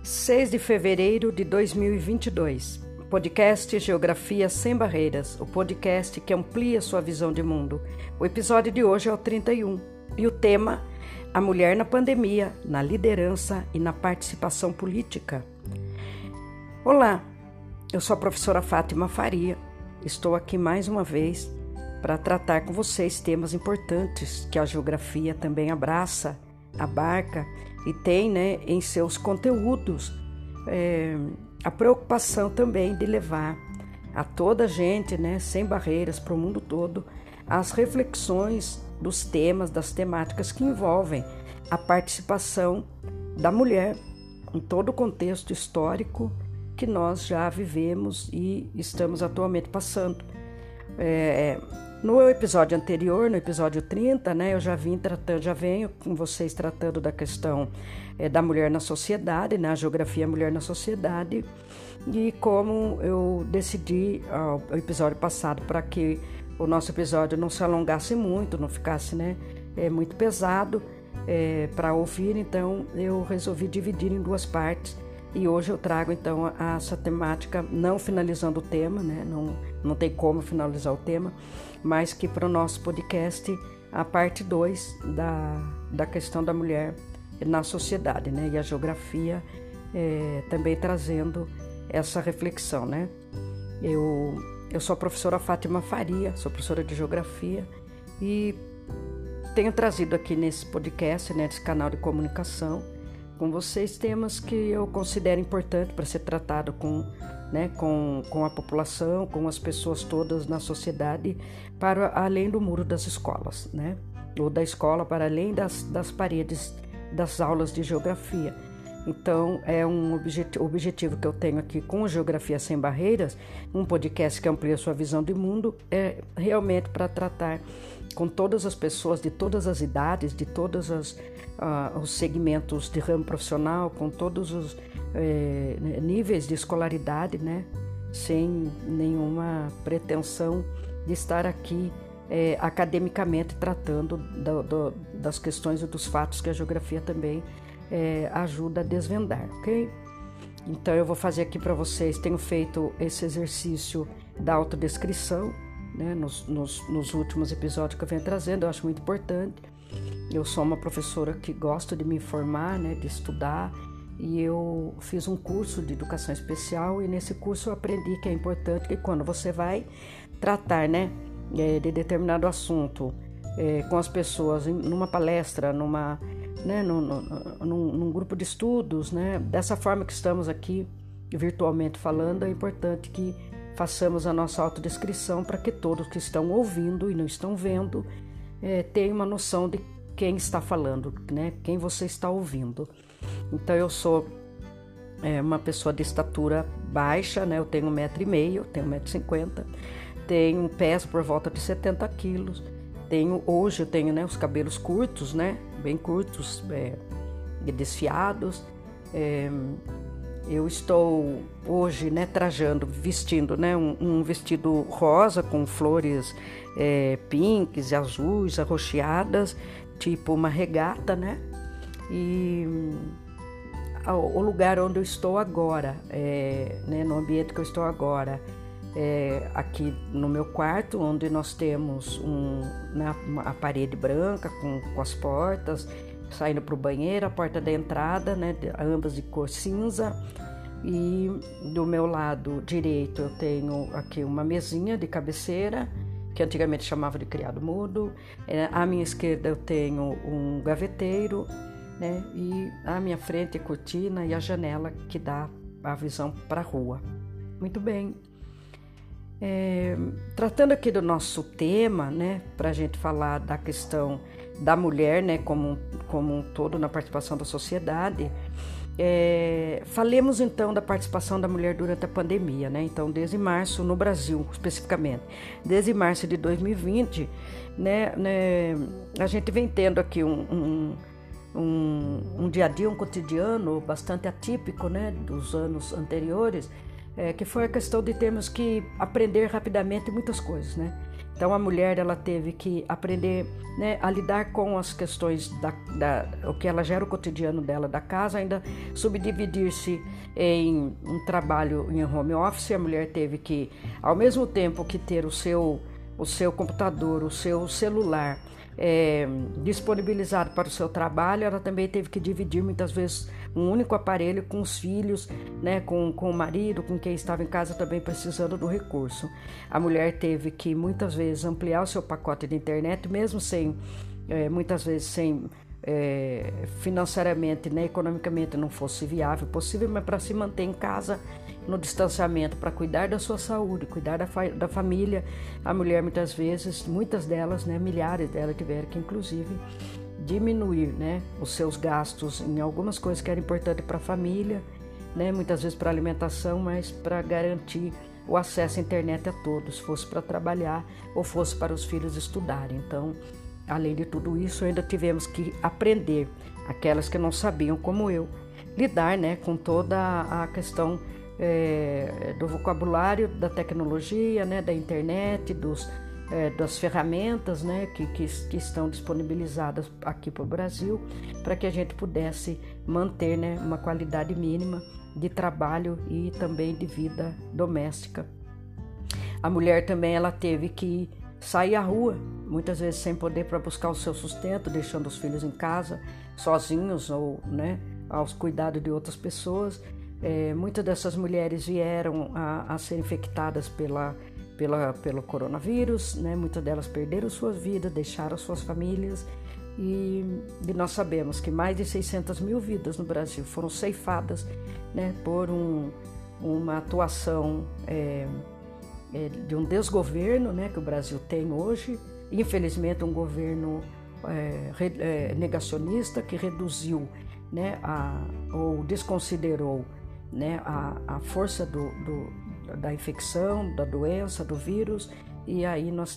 6 de fevereiro de 2022. Podcast Geografia Sem Barreiras, o podcast que amplia sua visão de mundo. O episódio de hoje é o 31 e o tema: a mulher na pandemia, na liderança e na participação política. Olá, eu sou a professora Fátima Faria. Estou aqui mais uma vez para tratar com vocês temas importantes que a geografia também abarca e tem, em seus conteúdos a preocupação também de levar a toda a gente, sem barreiras, para o mundo todo, as reflexões dos temas, das temáticas que envolvem a participação da mulher em todo o contexto histórico que nós já vivemos e estamos atualmente passando. No episódio anterior, no episódio 30, eu já venho com vocês tratando da questão da mulher na sociedade, a geografia mulher na sociedade, e como eu decidi ao episódio passado para que o nosso episódio não se alongasse muito, não ficasse muito pesado para ouvir, então eu resolvi dividir em duas partes. E hoje eu trago então essa temática, não finalizando o tema, não tem como finalizar o tema, mas que para o nosso podcast, a parte 2 da questão da mulher na sociedade, e a geografia também trazendo essa reflexão. Eu sou a professora Fátima Faria, sou professora de geografia e tenho trazido aqui nesse podcast, nesse canal de comunicação, com vocês temas que eu considero importantes para ser tratado com a população, com as pessoas todas na sociedade, para além do muro das escolas, ou da escola para além das paredes das aulas de geografia. Então, é um objetivo que eu tenho aqui com Geografia Sem Barreiras, um podcast que amplia sua visão de mundo, é realmente para tratar com todas as pessoas de todas as idades, de todos os segmentos de ramo profissional, com todos os níveis de escolaridade, sem nenhuma pretensão de estar aqui academicamente tratando das questões e dos fatos que a geografia também ajuda a desvendar, ok? Então eu vou fazer aqui para vocês, tenho feito esse exercício da autodescrição, nos últimos episódios que eu venho trazendo, eu acho muito importante. Eu sou uma professora que gosto de me informar, de estudar, e eu fiz um curso de educação especial, e nesse curso eu aprendi que é importante que quando você vai tratar de determinado assunto com as pessoas, numa palestra, num grupo de estudos, dessa forma que estamos aqui virtualmente falando, é importante que façamos a nossa autodescrição para que todos que estão ouvindo e não estão vendo tenham uma noção de quem está falando, quem você está ouvindo. Então eu sou uma pessoa de estatura baixa, eu tenho 1,5 m, tenho 1,50 m, tenho pés por volta de 70 quilos, hoje eu tenho os cabelos curtos, bem curtos, desfiados. Eu estou hoje vestindo um vestido rosa com flores pinks e azuis, arroxeadas, tipo uma regata, E o lugar onde eu estou agora, no ambiente que eu estou agora, aqui no meu quarto, onde nós temos a parede branca com as portas, saindo para o banheiro, a porta da entrada, ambas de cor cinza, e do meu lado direito eu tenho aqui uma mesinha de cabeceira, que antigamente chamava de criado mudo, à minha esquerda eu tenho um gaveteiro, e à minha frente a cortina e a janela que dá a visão para a rua. Muito bem. Tratando aqui do nosso tema, para a gente falar da questão da mulher, como um todo na participação da sociedade, falemos então da participação da mulher durante a pandemia, Então, desde março, no Brasil especificamente, desde março de 2020, a gente vem tendo aqui um dia a dia, um cotidiano bastante atípico, dos anos anteriores, que foi a questão de termos que aprender rapidamente muitas coisas, Então a mulher ela teve que aprender, né, a lidar com as questões o que ela gera o cotidiano dela da casa, ainda subdividir-se em um trabalho em home office. A mulher teve que, ao mesmo tempo que ter o seu computador, o seu celular disponibilizado para o seu trabalho, ela também teve que dividir muitas vezes um único aparelho com os filhos, né, com o marido, com quem estava em casa também precisando do recurso. A mulher teve que muitas vezes ampliar o seu pacote de internet, mesmo sem, muitas vezes sem financeiramente, né, economicamente não fosse viável, possível, mas para se manter em casa no distanciamento, para cuidar da sua saúde, cuidar da família. A mulher muitas vezes, muitas delas, né, milhares delas tiveram que inclusive diminuir, né, os seus gastos em algumas coisas que eram importantes para a família, né, muitas vezes para alimentação, mas para garantir o acesso à internet a todos, fosse para trabalhar ou fosse para os filhos estudarem. Então, além de tudo isso, ainda tivemos que aprender, aquelas que não sabiam, como eu, lidar, né, com toda a questão do vocabulário, da tecnologia, né, da internet, das ferramentas, né, que estão disponibilizadas aqui para o Brasil, para que a gente pudesse manter, né, uma qualidade mínima de trabalho e também de vida doméstica. A mulher também ela teve que sair à rua, muitas vezes sem poder, para buscar o seu sustento, deixando os filhos em casa, sozinhos ou, né, aos cuidados de outras pessoas. Muitas dessas mulheres vieram a ser infectadas pelo coronavírus, né? Muitas delas perderam suas vidas, deixaram suas famílias e nós sabemos que mais de 600 mil vidas no Brasil foram ceifadas, né, por uma atuação de um desgoverno, né, que o Brasil tem hoje. Infelizmente um governo negacionista que reduziu, né, ou desconsiderou, né, a força da infecção, da doença, do vírus, e aí nós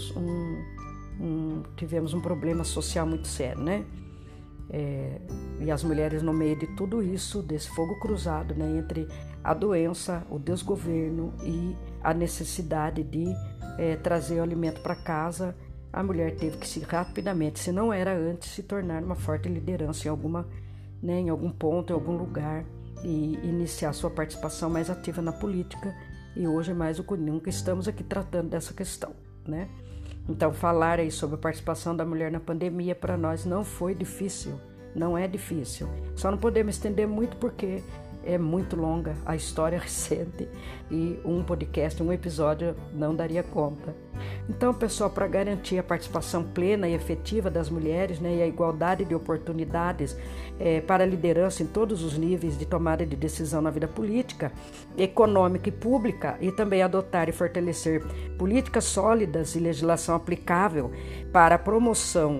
tivemos um problema social muito sério, né? E as mulheres, no meio de tudo isso, desse fogo cruzado, né, entre a doença, o desgoverno e a necessidade de trazer o alimento para casa, a mulher teve que rapidamente, se não era antes, se tornar uma forte liderança em algum ponto, em algum lugar, e iniciar sua participação mais ativa na política. E hoje, mais do que nunca, estamos aqui tratando dessa questão, né? Então, falar aí sobre a participação da mulher na pandemia para nós não foi difícil, não é difícil. Só não podemos estender muito porque é muito longa a história recente e um podcast, um episódio não daria conta. Então, pessoal, para garantir a participação plena e efetiva das mulheres, né, e a igualdade de oportunidades para a liderança em todos os níveis de tomada de decisão na vida política, econômica e pública, e também adotar e fortalecer políticas sólidas e legislação aplicável para a promoção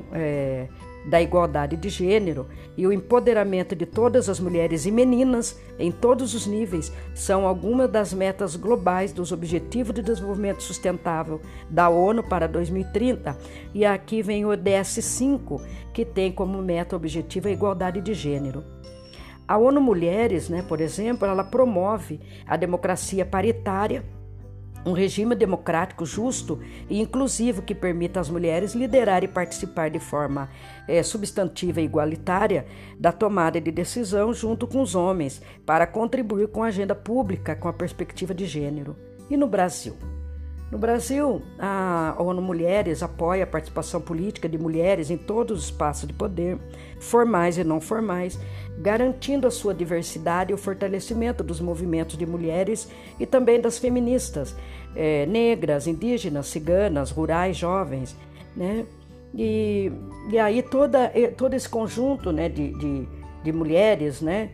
da igualdade de gênero e o empoderamento de todas as mulheres e meninas em todos os níveis são algumas das metas globais dos Objetivos de Desenvolvimento Sustentável da ONU para 2030. E aqui vem o ODS 5, que tem como meta objetiva a igualdade de gênero. A ONU Mulheres, né, por exemplo, ela promove a democracia paritária, um regime democrático justo e inclusivo que permita às mulheres liderar e participar de forma substantiva e igualitária da tomada de decisão junto com os homens para contribuir com a agenda pública com a perspectiva de gênero. E no Brasil? No Brasil, a ONU Mulheres apoia a participação política de mulheres em todos os espaços de poder, formais e não formais, garantindo a sua diversidade e o fortalecimento dos movimentos de mulheres e também das feministas, negras, indígenas, ciganas, rurais, jovens, né? E aí todo esse conjunto, né, de mulheres, né,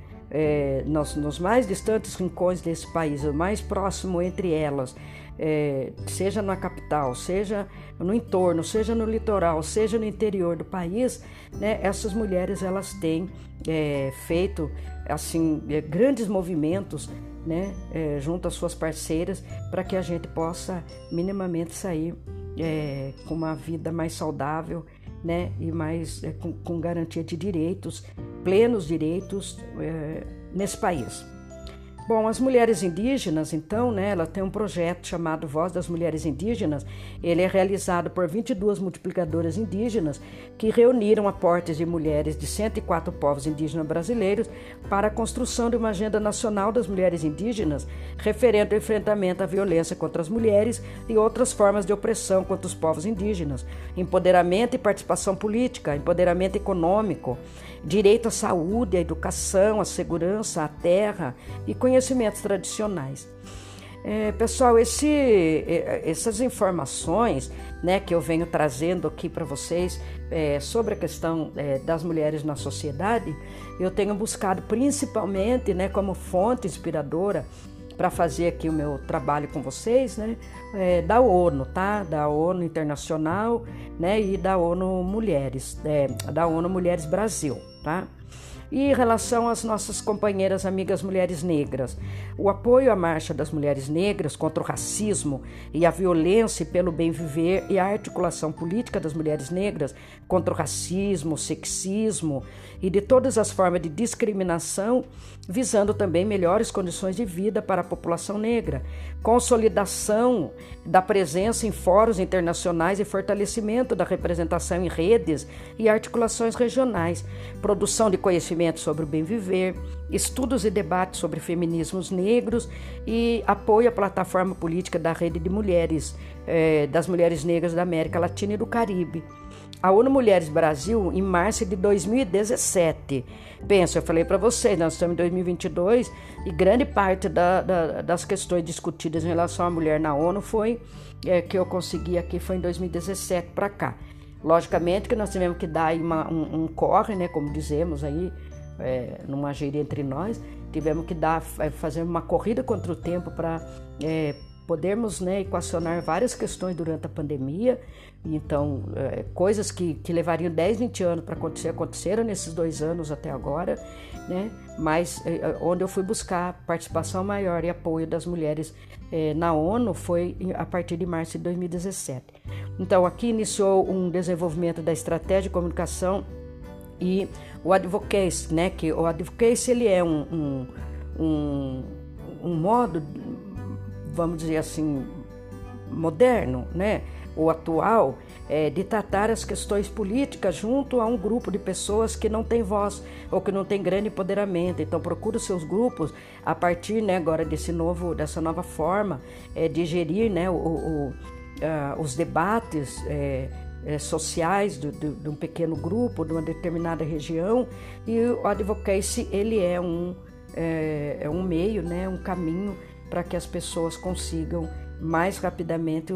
nos mais distantes rincões desse país, o mais próximo entre elas, seja na capital, seja no entorno, seja no litoral, seja no interior do país, né, essas mulheres elas têm feito assim grandes movimentos, né, junto às suas parceiras, para que a gente possa minimamente sair com uma vida mais saudável, né, e mais com garantia de direitos, plenos direitos nesse país. Bom, as mulheres indígenas, então, né, ela tem um projeto chamado Voz das Mulheres Indígenas. Ele é realizado por 22 multiplicadoras indígenas que reuniram aportes de mulheres de 104 povos indígenas brasileiros para a construção de uma agenda nacional das mulheres indígenas referente ao enfrentamento à violência contra as mulheres e outras formas de opressão contra os povos indígenas, empoderamento e participação política, empoderamento econômico, direito à saúde, à educação, à segurança, à terra e conhecimentos tradicionais. Pessoal, essas informações, né, que eu venho trazendo aqui para vocês sobre a questão das mulheres na sociedade, eu tenho buscado principalmente, né, como fonte inspiradora para fazer aqui o meu trabalho com vocês, né, da ONU, tá? Da ONU Internacional, né, e da ONU Mulheres, da ONU Mulheres Brasil, tá? E em relação às nossas companheiras amigas mulheres negras, o apoio à Marcha das Mulheres Negras contra o racismo e a violência pelo bem viver e a articulação política das mulheres negras contra o racismo, o sexismo e de todas as formas de discriminação, visando também melhores condições de vida para a população negra, consolidação da presença em fóruns internacionais e fortalecimento da representação em redes e articulações regionais, produção de conhecimento sobre o bem viver, estudos e debates sobre feminismos negros e apoio à plataforma política da Rede de Mulheres, das Mulheres Negras da América Latina e do Caribe. A ONU Mulheres Brasil, em março de 2017. Pensa, eu falei para vocês, nós estamos em 2022 e grande parte das questões discutidas em relação à mulher na ONU que eu consegui aqui foi em 2017 para cá. Logicamente que nós tivemos que dar aí um corre, né, como dizemos aí, numa gíria entre nós, tivemos que fazer uma corrida contra o tempo para podermos, né, equacionar várias questões durante a pandemia. Então, coisas que levariam 10, 20 anos para acontecer, aconteceram nesses 2 anos até agora, né? Mas onde eu fui buscar participação maior e apoio das mulheres na ONU foi a partir de março de 2017. Então, aqui iniciou um desenvolvimento da estratégia de comunicação e o advocacy, né? Que o advocacy ele é um modo, vamos dizer assim, moderno, né, ou atual, de tratar as questões políticas junto a um grupo de pessoas que não tem voz ou que não tem grande empoderamento. Então procura os seus grupos a partir, né, agora dessa nova forma de gerir, né, os debates sociais de um pequeno grupo, de uma determinada região. E o advocacy ele é um meio, né, um caminho para que as pessoas consigam mais rapidamente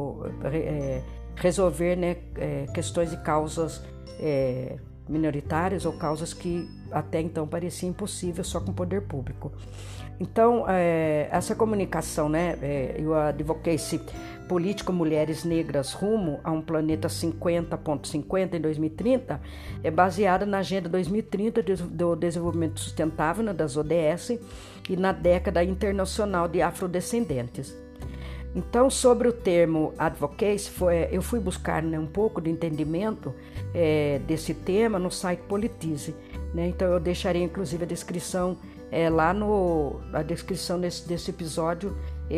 resolver, né, questões e causas minoritárias ou causas que até então pareciam impossíveis só com o poder público. Então, essa comunicação, né, e o advocacy político Mulheres Negras rumo a um planeta 50.50 em 2030 é baseada na Agenda 2030 do Desenvolvimento Sustentável, né, das ODS, e na Década Internacional de Afrodescendentes. Então, sobre o termo advocacy, eu fui buscar, né, um pouco de entendimento desse tema no site Politize, né? Então, eu deixarei inclusive a descrição lá na descrição desse episódio,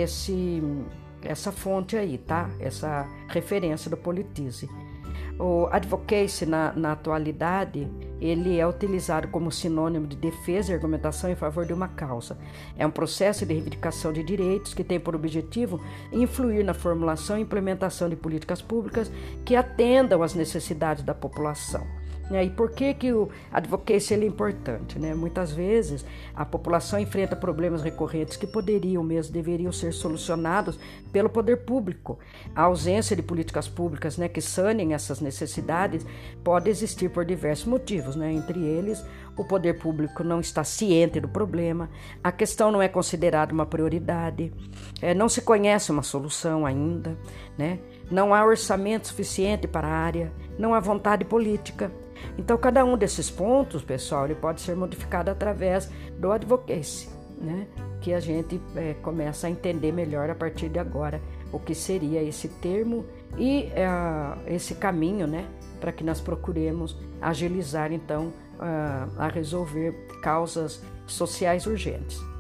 essa fonte aí, tá? Essa referência do Politize. O advocacy, na atualidade, ele é utilizado como sinônimo de defesa e argumentação em favor de uma causa. É um processo de reivindicação de direitos que tem por objetivo influir na formulação e implementação de políticas públicas que atendam às necessidades da população. E por que o advocacy ele é importante, né? Muitas vezes a população enfrenta problemas recorrentes que deveriam ser solucionados pelo poder público. A ausência de políticas públicas, né, que sanem essas necessidades pode existir por diversos motivos, né? Entre eles, o poder público não está ciente do problema, a questão não é considerada uma prioridade, não se conhece uma solução ainda, né? Não há orçamento suficiente para a área, não há vontade política. Então, cada um desses pontos, pessoal, ele pode ser modificado através do advocacy, né? Que a gente começa a entender melhor a partir de agora o que seria esse termo e esse caminho, né? Para que nós procuremos agilizar, então, a resolver causas sociais urgentes.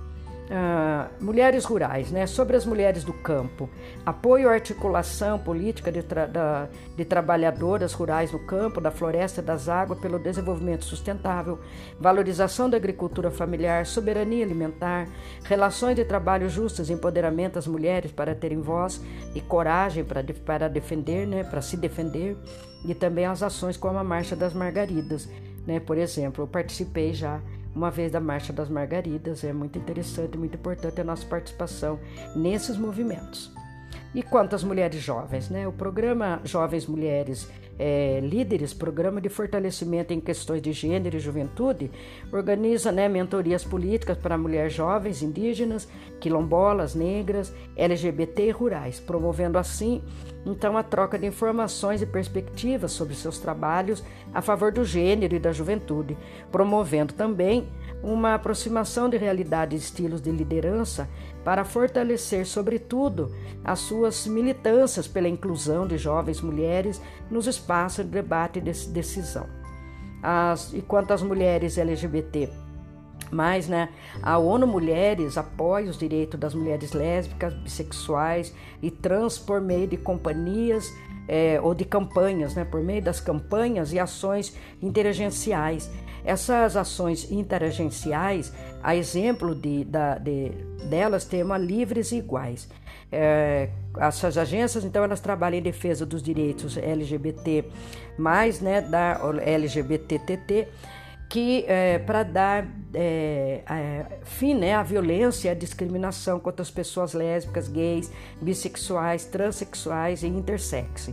Mulheres rurais, né? Sobre as mulheres do campo, apoio à articulação política de trabalhadoras rurais no campo, da floresta e das águas pelo desenvolvimento sustentável, valorização da agricultura familiar, soberania alimentar, relações de trabalho justas, empoderamento das mulheres para terem voz e coragem para defender, né? Para se defender, e também as ações como a Marcha das Margaridas, né? Por exemplo, eu participei já uma vez da Marcha das Margaridas, é muito interessante, muito importante a nossa participação nesses movimentos. E quanto às mulheres jovens, né? O programa Jovens Mulheres Líderes, programa de fortalecimento em questões de gênero e juventude, organiza, né, mentorias políticas para mulheres jovens, indígenas, quilombolas, negras, LGBT e rurais, promovendo assim, então, a troca de informações e perspectivas sobre seus trabalhos a favor do gênero e da juventude, promovendo também uma aproximação de realidades e estilos de liderança para fortalecer, sobretudo, as suas militâncias pela inclusão de jovens mulheres nos espaços de debate e decisão. E quanto às mulheres LGBT, mas, né, a ONU Mulheres apoia os direitos das mulheres lésbicas, bissexuais e trans por meio de companhias ou de campanhas, né, por meio das campanhas e ações interagenciais. Essas ações interagenciais, a exemplo delas, tem uma Livres e Iguais. Essas agências, então, elas trabalham em defesa dos direitos LGBT+, né, da LGBTT, que para dar fim, né, à violência e à discriminação contra as pessoas lésbicas, gays, bissexuais, transexuais e intersexo.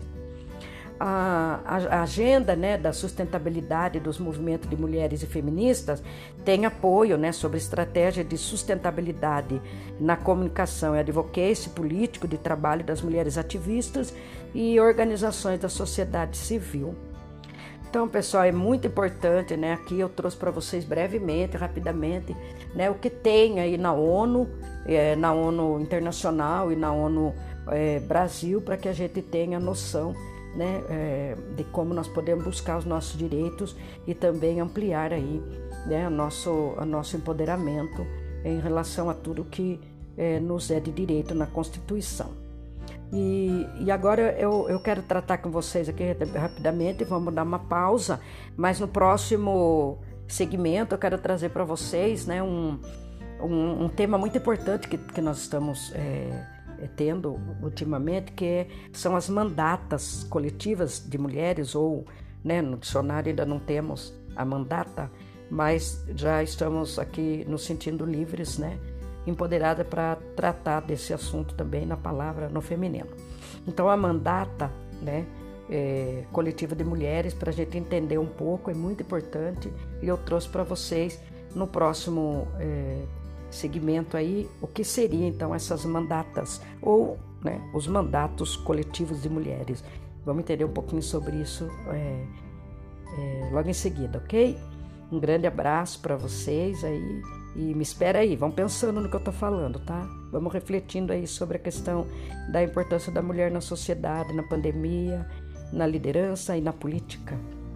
A agenda, né, da sustentabilidade dos movimentos de mulheres e feministas tem apoio, né, sobre estratégia de sustentabilidade na comunicação e advocacy político de trabalho das mulheres ativistas e organizações da sociedade civil. Então, pessoal, é muito importante, né? Aqui eu trouxe para vocês brevemente, rapidamente, né, o que tem aí na ONU Internacional e na ONU Brasil, para que a gente tenha noção, né, de como nós podemos buscar os nossos direitos e também ampliar aí, né, o nosso empoderamento em relação a tudo que nos é de direito na Constituição. E agora eu quero tratar com vocês aqui rapidamente, vamos dar uma pausa, mas no próximo segmento eu quero trazer para vocês, né, um tema muito importante que nós estamos tendo ultimamente, que são as mandatas coletivas de mulheres, ou, né, no dicionário ainda não temos a mandata, mas já estamos aqui nos sentindo livres, né, empoderada para tratar desse assunto também na palavra no feminino. Então, a mandata, né, coletiva de mulheres, para a gente entender um pouco, é muito importante, e eu trouxe para vocês no próximo segmento aí o que seriam então essas mandatas, ou, né, os mandatos coletivos de mulheres. Vamos entender um pouquinho sobre isso logo em seguida, ok? Um grande abraço para vocês aí. E me espera aí, vão pensando no que eu estou falando, tá? Vamos refletindo aí sobre a questão da importância da mulher na sociedade, na pandemia, na liderança e na política.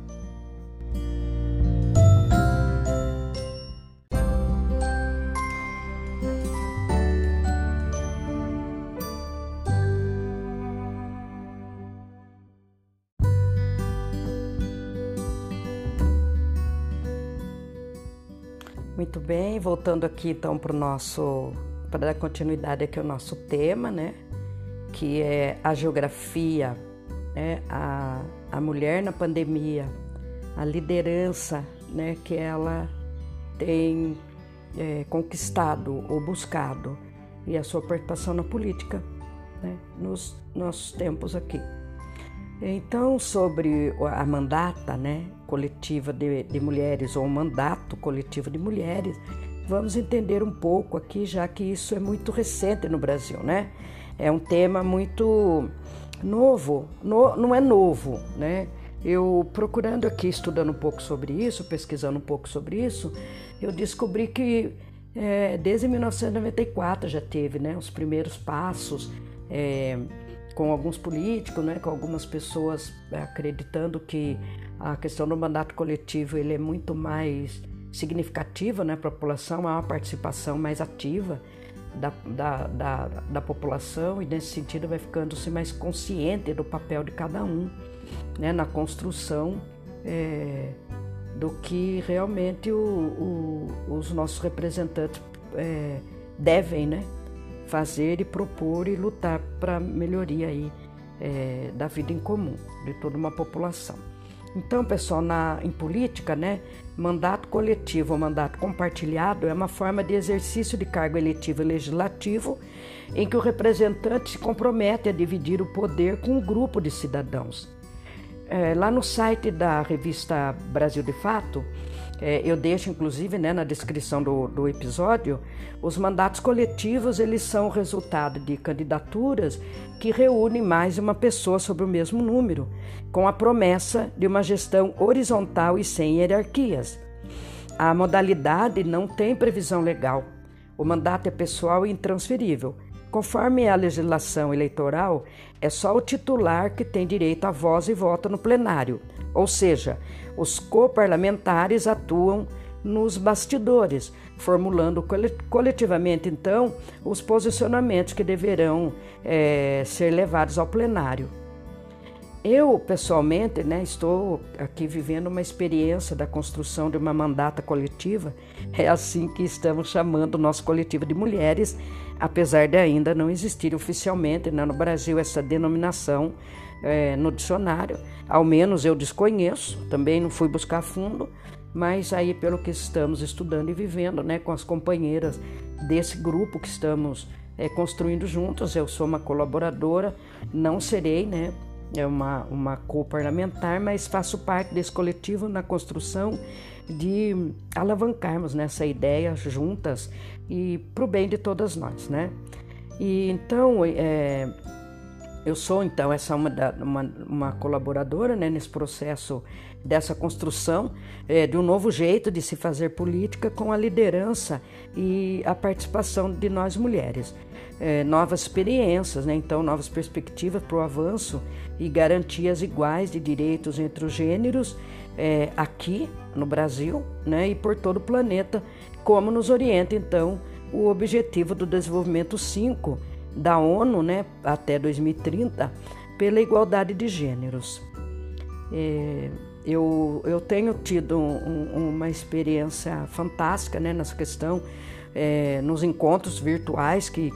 Muito bem, voltando aqui então para dar continuidade aqui ao nosso tema, né, que é a geografia, né, a mulher na pandemia, a liderança, né, que ela tem conquistado ou buscado, e a sua participação na política, né, nos nossos tempos aqui. Então, sobre a mandata, né, coletiva de mulheres, ou mandato coletivo de mulheres, vamos entender um pouco aqui, já que isso é muito recente no Brasil, né? É um tema muito novo, não é novo, né? Eu procurando aqui, estudando um pouco sobre isso, pesquisando um pouco sobre isso, eu descobri que desde 1994 já teve, né, os primeiros passos, com alguns políticos, né, com algumas pessoas acreditando que a questão do mandato coletivo ele é muito mais significativa, né, para a população, há uma participação mais ativa da população, e nesse sentido vai ficando-se mais consciente do papel de cada um, né, na construção do que realmente os nossos representantes devem, né, fazer e propor e lutar para a melhoria aí, da vida em comum de toda uma população. Então, pessoal, em política, né, mandato coletivo ou mandato compartilhado é uma forma de exercício de cargo eletivo e legislativo em que o representante se compromete a dividir o poder com um grupo de cidadãos. Lá no site da revista Brasil de Fato, eu deixo inclusive, né, na descrição do episódio, os mandatos coletivos, eles são o resultado de candidaturas que reúnem mais de uma pessoa sobre o mesmo número, com a promessa de uma gestão horizontal e sem hierarquias. A modalidade não tem previsão legal. O mandato é pessoal e intransferível. Conforme a legislação eleitoral, é só o titular que tem direito a voz e voto no plenário, ou seja, os coparlamentares atuam nos bastidores, formulando coletivamente, então, os posicionamentos que deverão ser levados ao plenário. Eu, pessoalmente, né, estou aqui vivendo uma experiência da construção de uma mandata coletiva. É assim que estamos chamando o nosso coletivo de mulheres, apesar de ainda não existir oficialmente, né, no Brasil essa denominação no dicionário. Ao menos eu desconheço, também não fui buscar fundo, mas aí pelo que estamos estudando e vivendo, né, com as companheiras desse grupo que estamos construindo juntas, eu sou uma colaboradora, não serei, né, uma co-parlamentar, mas faço parte desse coletivo na construção de alavancarmos nessa ideia juntas e para o bem de todas nós, né? E então eu sou então uma colaboradora, né, nesse processo dessa construção de um novo jeito de se fazer política com a liderança e a participação de nós mulheres. Novas experiências, né? Então novas perspectivas para o avanço e garantias iguais de direitos entre os gêneros aqui no Brasil, né? E por todo o planeta, como nos orienta então o Objetivo do Desenvolvimento 5 da ONU, né, até 2030, pela igualdade de gêneros. Eu tenho tido uma experiência fantástica, né, nessa questão, nos encontros virtuais que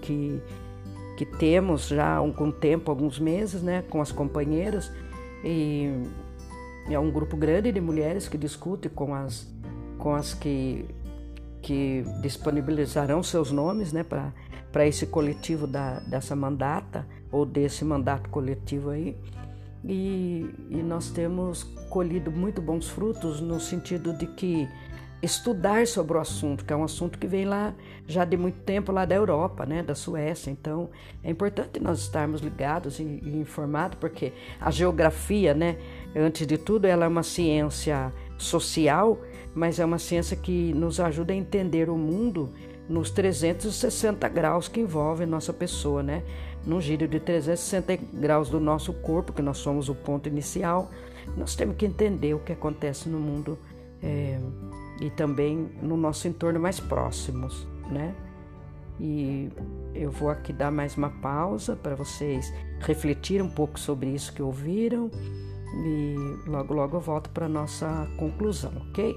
temos já há algum tempo, alguns meses, né, com as companheiras, e é um grupo grande de mulheres que discute com as que disponibilizarão seus nomes, né, para esse coletivo dessa mandata, ou desse mandato coletivo aí, e nós temos colhido muito bons frutos no sentido de que estudar sobre o assunto, que é um assunto que vem lá já de muito tempo lá da Europa, né, da Suécia. Então é importante nós estarmos ligados e informados, porque a geografia, né, antes de tudo, ela é uma ciência social, mas é uma ciência que nos ajuda a entender o mundo nos 360 graus que envolve nossa pessoa, né? Num giro de 360 graus do nosso corpo, que nós somos o ponto inicial, nós temos que entender o que acontece no mundo e também no nosso entorno mais próximos, né? E eu vou aqui dar mais uma pausa para vocês refletirem um pouco sobre isso que ouviram e logo eu volto para a nossa conclusão, ok?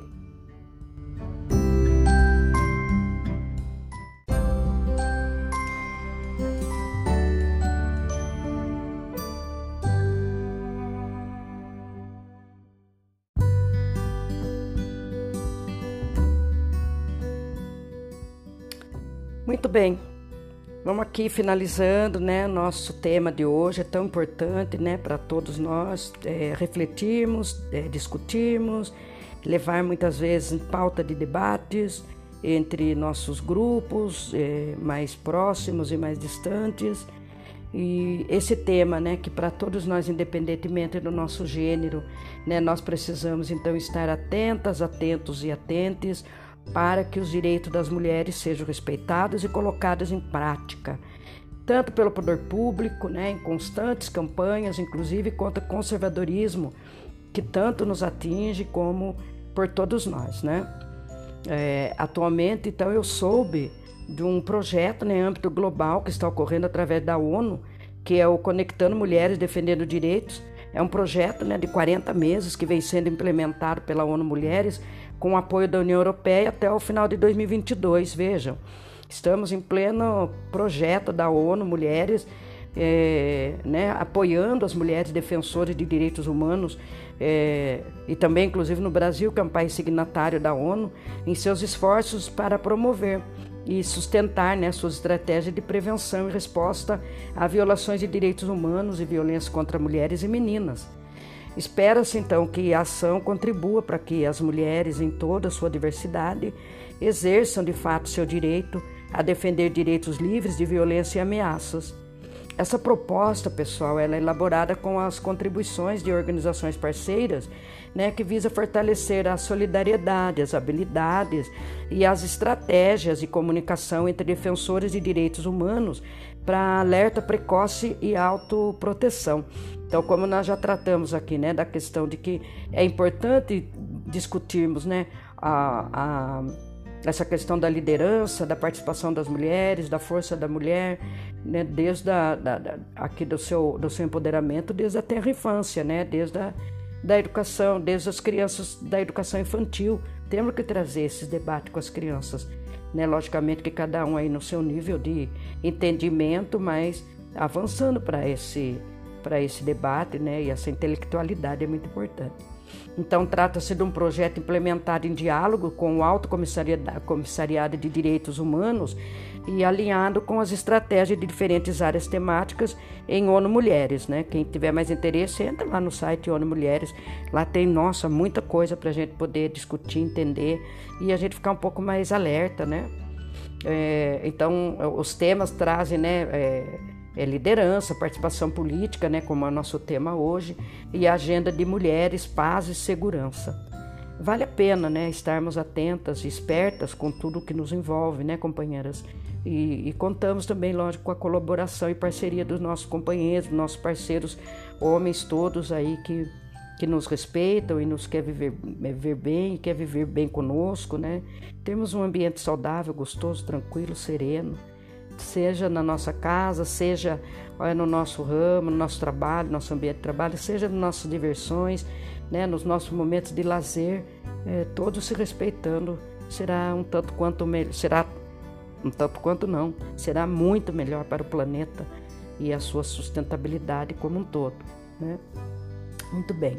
Muito bem, vamos aqui finalizando, né? Nosso tema de hoje é tão importante, né, para todos nós refletirmos, discutirmos, levar muitas vezes em pauta de debates entre nossos grupos mais próximos e mais distantes. E esse tema, né, que para todos nós, independentemente do nosso gênero, né, nós precisamos então estar atentos e atentes para que os direitos das mulheres sejam respeitados e colocados em prática, tanto pelo poder público, né, em constantes campanhas, inclusive contra o conservadorismo, que tanto nos atinge, como por todos nós, né? Atualmente, então, eu soube de um projeto, né, em âmbito global que está ocorrendo através da ONU, que é o Conectando Mulheres Defendendo Direitos. É um projeto, né, de 40 meses que vem sendo implementado pela ONU Mulheres com o apoio da União Europeia até o final de 2022. Vejam, estamos em pleno projeto da ONU Mulheres, né, apoiando as mulheres defensoras de direitos humanos e também, inclusive, no Brasil, que é um país signatário da ONU, em seus esforços para promover e sustentar, né, suas estratégias de prevenção e resposta a violações de direitos humanos e violência contra mulheres e meninas. Espera-se, então, que a ação contribua para que as mulheres, em toda a sua diversidade, exerçam, de fato, seu direito a defender direitos livres de violência e ameaças. Essa proposta, pessoal, ela é elaborada com as contribuições de organizações parceiras, né, que visa fortalecer a solidariedade, as habilidades e as estratégias de comunicação entre defensores de direitos humanos para alerta precoce e autoproteção. Então, como nós já tratamos aqui, né, da questão de que é importante discutirmos, né, essa questão da liderança, da participação das mulheres, da força da mulher, né, desde aqui do seu empoderamento, desde a tenra infância, né, desde da educação, desde as crianças da educação infantil. Temos que trazer esses debates com as crianças, né, logicamente que cada um aí no seu nível de entendimento, mas avançando para esse debate, né, e essa intelectualidade é muito importante. Então, trata-se de um projeto implementado em diálogo com o Alto Comissariado de Direitos Humanos e alinhado com as estratégias de diferentes áreas temáticas em ONU Mulheres, né? Quem tiver mais interesse, entra lá no site ONU Mulheres. Lá tem, muita coisa para a gente poder discutir, entender e a gente ficar um pouco mais alerta, né? Então, os temas trazem, né, liderança, participação política, né, como é o nosso tema hoje, e a agenda de mulheres, paz e segurança. Vale a pena, né, estarmos atentas e espertas com tudo que nos envolve, né, companheiras? E contamos também, lógico, com a colaboração e parceria dos nossos companheiros, dos nossos parceiros, homens todos aí que nos respeitam e nos quer viver bem, quer viver bem conosco, né? Temos um ambiente saudável, gostoso, tranquilo, sereno, seja na nossa casa, seja no nosso ramo, no nosso trabalho, nosso ambiente de trabalho, seja nas nossas diversões, né, nos nossos momentos de lazer, todos se respeitando, será será muito melhor para o planeta e a sua sustentabilidade como um todo, né? Muito bem.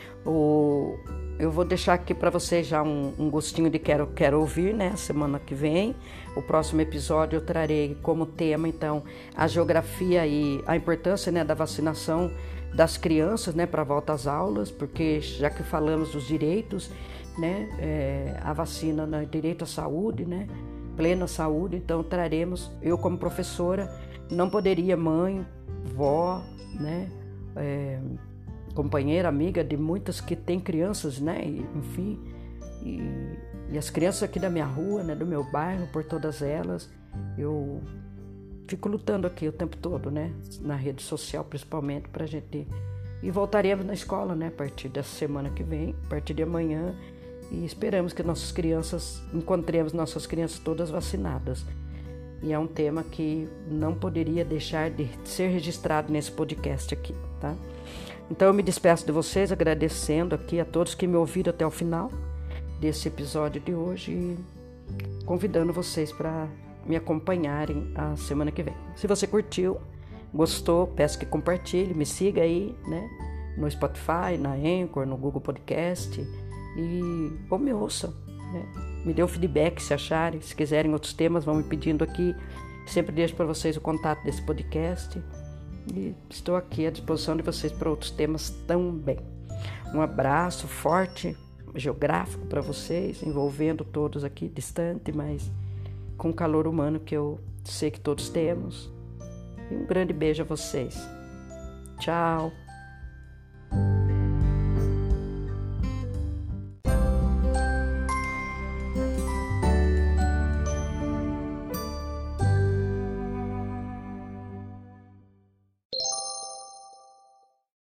Eu vou deixar aqui para vocês já um gostinho de quero ouvir, né? Semana que vem, o próximo episódio eu trarei como tema, então, a geografia e a importância, né, da vacinação das crianças, né, para a volta às aulas, porque já que falamos dos direitos, né, a vacina, né, direito à saúde, né, plena saúde, então traremos, eu como professora, não poderia, mãe, vó, né, companheira, amiga de muitas que têm crianças, né? Enfim, e as crianças aqui da minha rua, né? Do meu bairro, por todas elas, eu fico lutando aqui o tempo todo, né? Na rede social, principalmente, para a gente. E voltaremos na escola, né? A partir dessa semana que vem, a partir de amanhã, e esperamos que encontremos nossas crianças todas vacinadas. E é um tema que não poderia deixar de ser registrado nesse podcast aqui, tá? Então eu me despeço de vocês, agradecendo aqui a todos que me ouviram até o final desse episódio de hoje e convidando vocês para me acompanharem a semana que vem. Se você curtiu, gostou, peço que compartilhe, me siga aí, né, no Spotify, na Anchor, no Google Podcast ou me ouça, né? Me dê um feedback se acharem, se quiserem outros temas, vão me pedindo aqui. Sempre deixo para vocês o contato desse podcast. E estou aqui à disposição de vocês para outros temas também. Um abraço forte, geográfico para vocês, envolvendo todos aqui, distante, mas com calor humano que eu sei que todos temos. E um grande beijo a vocês. Tchau!